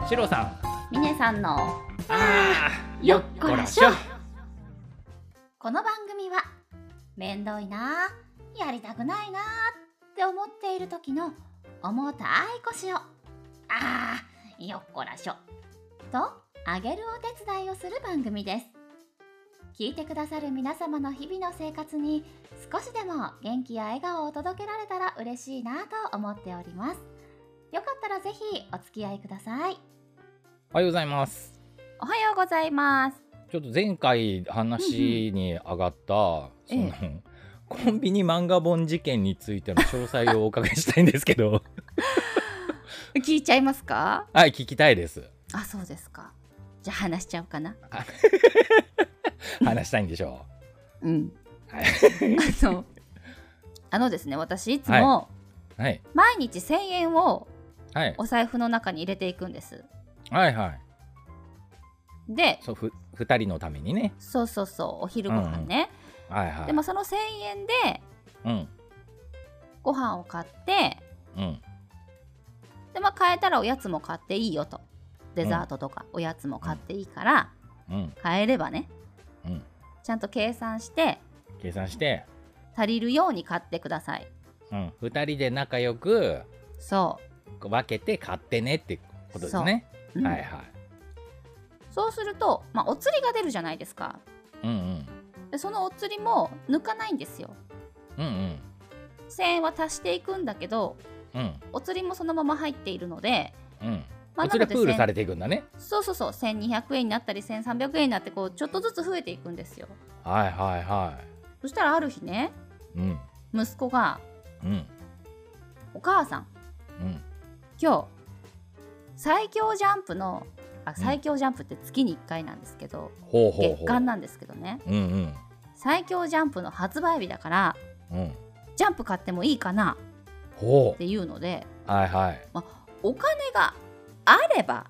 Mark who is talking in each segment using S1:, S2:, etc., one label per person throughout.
S1: シロさん、
S2: ミネさんの
S1: よっこらしょ。
S2: この番組はめんどいな、やりたくないなって思っている時の重たい腰をよっこらしょと上げるお手伝いをする番組です。聞いてくださる皆様の日々の生活に少しでも元気や笑顔を届けられたら嬉しいなと思っております。よかったらぜひお付き合いください。
S1: おはようございます。
S2: おはようございます。
S1: ちょっと前回話に上がった、コンビニ漫画本事件についての詳細をお伺いしたいんですけど
S2: 聞いちゃいますか？
S1: はい、聞きたいです。
S2: あ、そうですか。じゃあ話しちゃおうかな。
S1: 話したいんでしょ
S2: う。うん。
S1: はい
S2: ですね、私いつも、
S1: はい
S2: 毎日1000円を
S1: はい
S2: お財布の中に入れていくんです。
S1: はいはい。
S2: で、
S1: 2人のためにね。
S2: そう、お昼ご飯ね。
S1: はいはい。
S2: でもその1000円で
S1: うん
S2: ご飯を買って、
S1: うん
S2: で買えたらおやつも買っていいよと。デザートとかおやつも買っていいから、買えればね、ちゃんと計算して足りるように買ってください。
S1: 2人で仲良く分けて買ってねってことですね。はいはい。
S2: そうすると、お釣りが出るじゃないですか。でそのお釣りも抜かないんですよ。1000円は足していくんだけど、お釣りもそのまま入っているので、
S1: お釣りはプールされていくんだね。
S2: そう1200円になったり1300円になってちょっとずつ増えていくんですよ。
S1: はいはいはい。
S2: そしたらある日ね、息子が、お母さん、今日最強ジャンプの最強ジャンプって月に1回なんですけど、月間なんですけどね、最強ジャンプの発売日だから、ジャンプ買ってもいいかなっていうので、お金があれば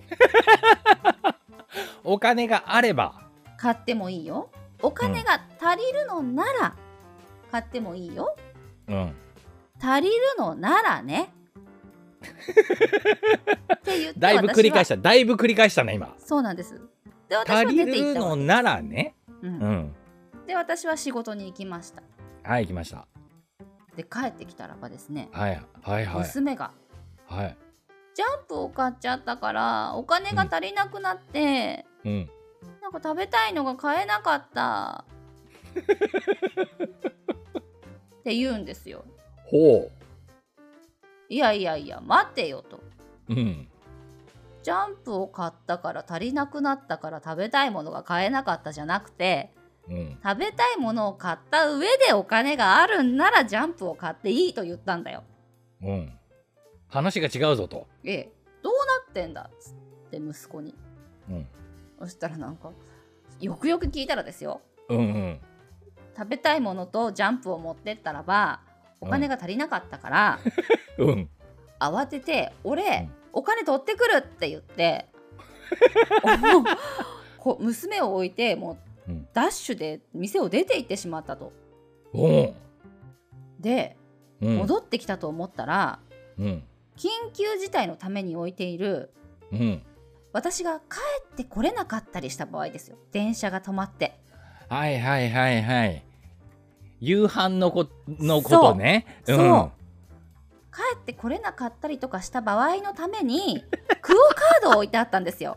S1: お金があれば
S2: 買ってもいいよ。お金が足りるのなら買ってもいいよ。足りるのならねって言って、
S1: だいぶ繰り返したね今。
S2: そうなんです。で、私は出て行ったわけです。
S1: 足りるのならね。
S2: で、私は仕事に行きました。
S1: はい、行きました。
S2: で、帰ってきたらばですね、娘が、ジャンプを買っちゃったからお金が足りなくなって、なんか食べたいのが買えなかったって言うんですよ。いや待ってよと、ジャンプを買ったから足りなくなったから食べたいものが買えなかったじゃなくて、食べたいものを買った上でお金があるんならジャンプを買っていいと言ったんだよ。
S1: 話が違うぞと。
S2: どうなってんだっつって息子に、そしたらなんかよくよく聞いたらですよ、食べたいものとジャンプを持ってったらばお金が足りなかったから、慌てて俺、お金取ってくるって言って娘を置いてもうダッシュで店を出て行ってしまったと。で、戻ってきたと思ったら、緊急事態のために置いている、私が帰ってこれなかったりした場合ですよ。電車が止まって、
S1: 夕飯のことね。
S2: 帰ってこれなかったりとかした場合のためにクオカードを置いてあったんですよ。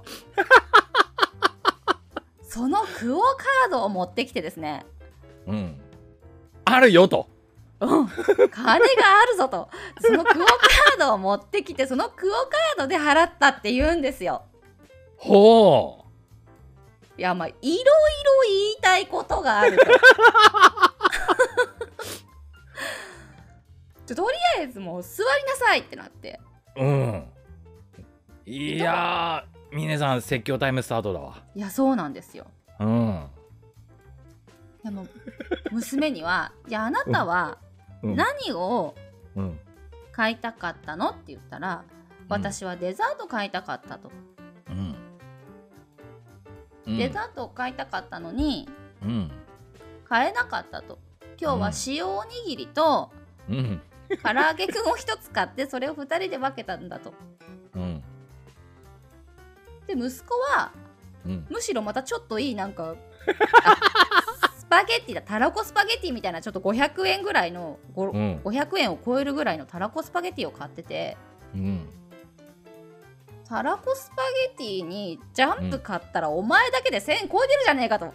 S2: そのクオカードを持ってきてですね、
S1: あるよと、
S2: 金があるぞと、そのクオカードを持ってきてそのクオカードで払ったって言うんですよ。いや、いろいろ言いたいことがあるととりあえずもう座りなさいってなって、
S1: いやー、峰さん説教タイムスタートだわ。
S2: いや、そうなんですよ。でも娘には、いや、あなたは何を買いたかったのって言ったら、私はデザート買いたかったと。デザートを買いたかったのに、買えなかったと。今日は塩おにぎりと、唐揚げくんを1つ買ってそれを2人で分けたんだと。 で息子は
S1: うん
S2: むしろまたちょっといいなんかスパゲッティだ、たらこスパゲッティみたいなちょっと500円ぐらいの
S1: うん
S2: 500円を超えるぐらいのたらこスパゲッティを買ってて、
S1: うん
S2: たらこスパゲッティにジャンプ買ったらお前だけで1000円超えてるじゃねえかと。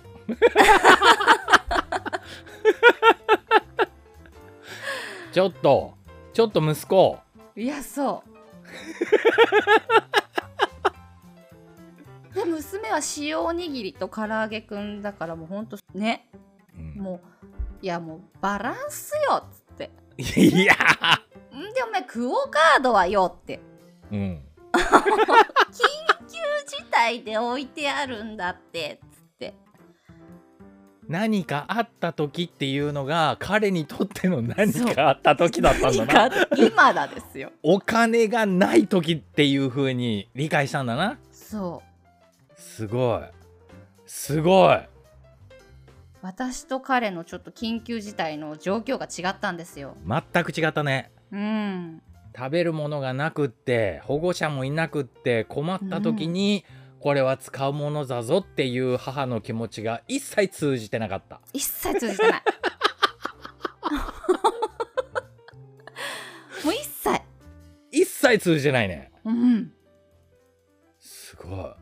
S1: ちょっと息子。
S2: いやそうで娘は塩おにぎりと唐揚げくんだからもうほんとね、もういやもうバランスよっつって、
S1: いや
S2: んでお前クオカードはよって、
S1: 緊
S2: 急事態で置いてあるんだってつって、
S1: 何かあった時っていうのが彼にとっての何かあった時だったんだな。
S2: 何か今だですよ。
S1: お金がない時っていう風に理解したんだな。
S2: そう
S1: すごいすごい。
S2: 私と彼のちょっと緊急事態の状況が違ったんですよ。
S1: 全く違ったね。食べるものがなくって保護者もいなくって困った時に、これは使うものだぞっていう母の気持ちが一切通じてなかった。
S2: 一切通じてないもう一切
S1: 通じてないね。すごい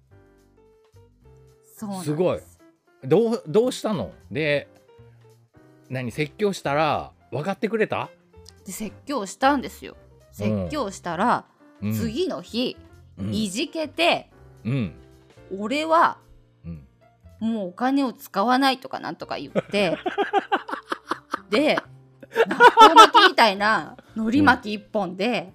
S2: そうなんです。
S1: すごい。どうしたので、説教したら分かってくれた？
S2: で説教したんですよ。説教したら、次の日、いじけて、俺は、もうお金を使わないとかなんとか言ってで納豆巻きみたいな海苔巻き一本で、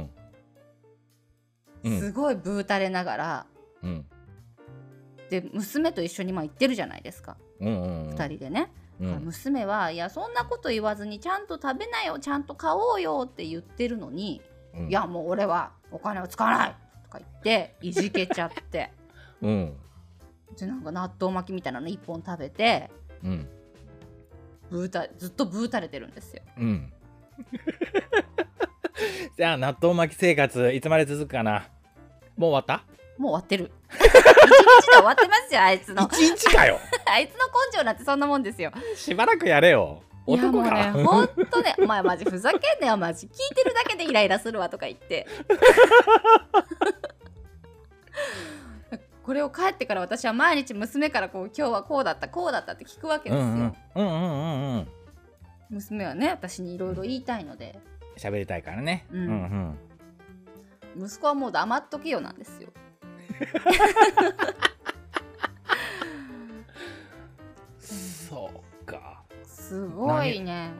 S2: すごいブータれながら、で娘と一緒に行ってるじゃないですか、2人でね。娘はいやそんなこと言わずにちゃんと食べなよ、ちゃんと買おうよって言ってるのに、いやもう俺はお金を使わないとか言っていじけちゃってでなんか納豆巻きみたいなの1本食べて、ずっとブータれてるんですよ。
S1: じゃあ納豆巻き生活いつまで続くかな？もう終わった？
S2: もう終わってる1日で終わってますよあいつの
S1: 1日かよ
S2: あいつの根性なんてそんなもんですよ。
S1: しばらくやれよ男か。
S2: いやもうねほんとねお前マジふざけんなよマジ、聞いてるだけでイライラするわとか言ってこれを帰ってから私は毎日娘からこう今日はこうだったこうだったって聞くわけですよ。娘はね私にいろいろ言いたいので
S1: 喋りたいからね。
S2: 息子はもう黙っとけよなんですよ
S1: そうか。
S2: すごいね。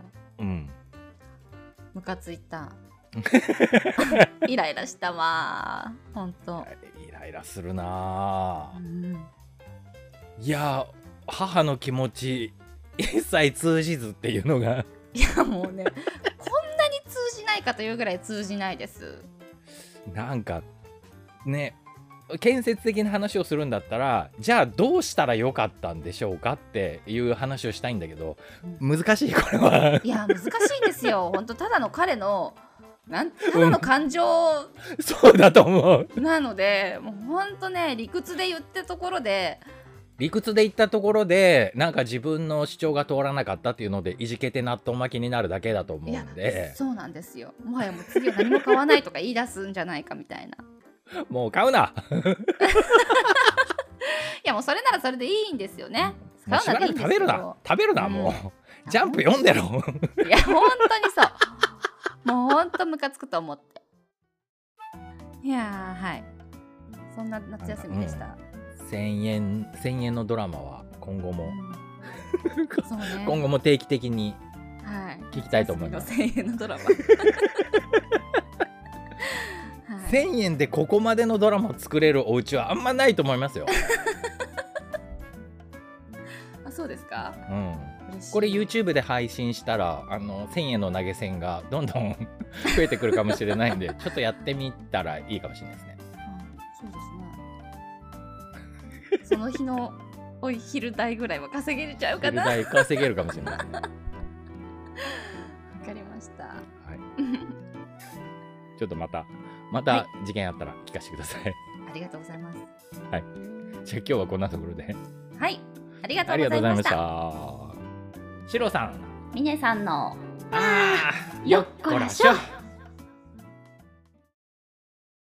S2: ムカついたイライラしたわほんと。
S1: イライラするな、いや母の気持ち一切通じずっていうのが
S2: いやもうねこんなに通じないかというぐらい通じないです。
S1: なんかね建設的な話をするんだったらじゃあどうしたらよかったんでしょうかっていう話をしたいんだけど、難しいこれは。
S2: いや難しいんですよ本当。ただの彼のただの感情、
S1: そうだと思う。
S2: なのでもうほんとね理屈で言ったところで
S1: なんか自分の主張が通らなかったっていうのでいじけて納豆巻きになるだけだと思うんで。
S2: そうなんですよ。もはやもう次は何も買わないとか言い出すんじゃないかみたいな
S1: もう買うな。
S2: いやもうそれならそれでいいんですよね。
S1: もうしばらく食べるな、もうジャンプ読んでろ。
S2: いや本当にそうもう本当ムカつくと思って。いやはいそんな夏休みでした。
S1: 1000円のドラマは今後も、
S2: そうね、
S1: 今後も定期的に聞きたいと思います。
S2: 1000円のドラマ
S1: 1000円でここまでのドラマを作れるお家はあんまないと思いますよ。
S2: あ、そうですか。
S1: これ YouTube で配信したら1000円の投げ銭がどんどん増えてくるかもしれないんでちょっとやってみたらいいかもしれないですね。
S2: そうですね。その日のお昼代ぐらいは稼げちゃうかな。
S1: 昼代稼げるかもしれないですね。わか
S2: りました。はい。
S1: ちょっとまた事件あったら聞かせてください。
S2: ありがとうございます。
S1: じゃあ今日はこんなところで。
S2: はい、ありがと
S1: あ
S2: うございまし
S1: りがとうございました
S2: た。
S1: シロさん。
S2: ミネさんの
S1: あー
S2: よっこらしょ。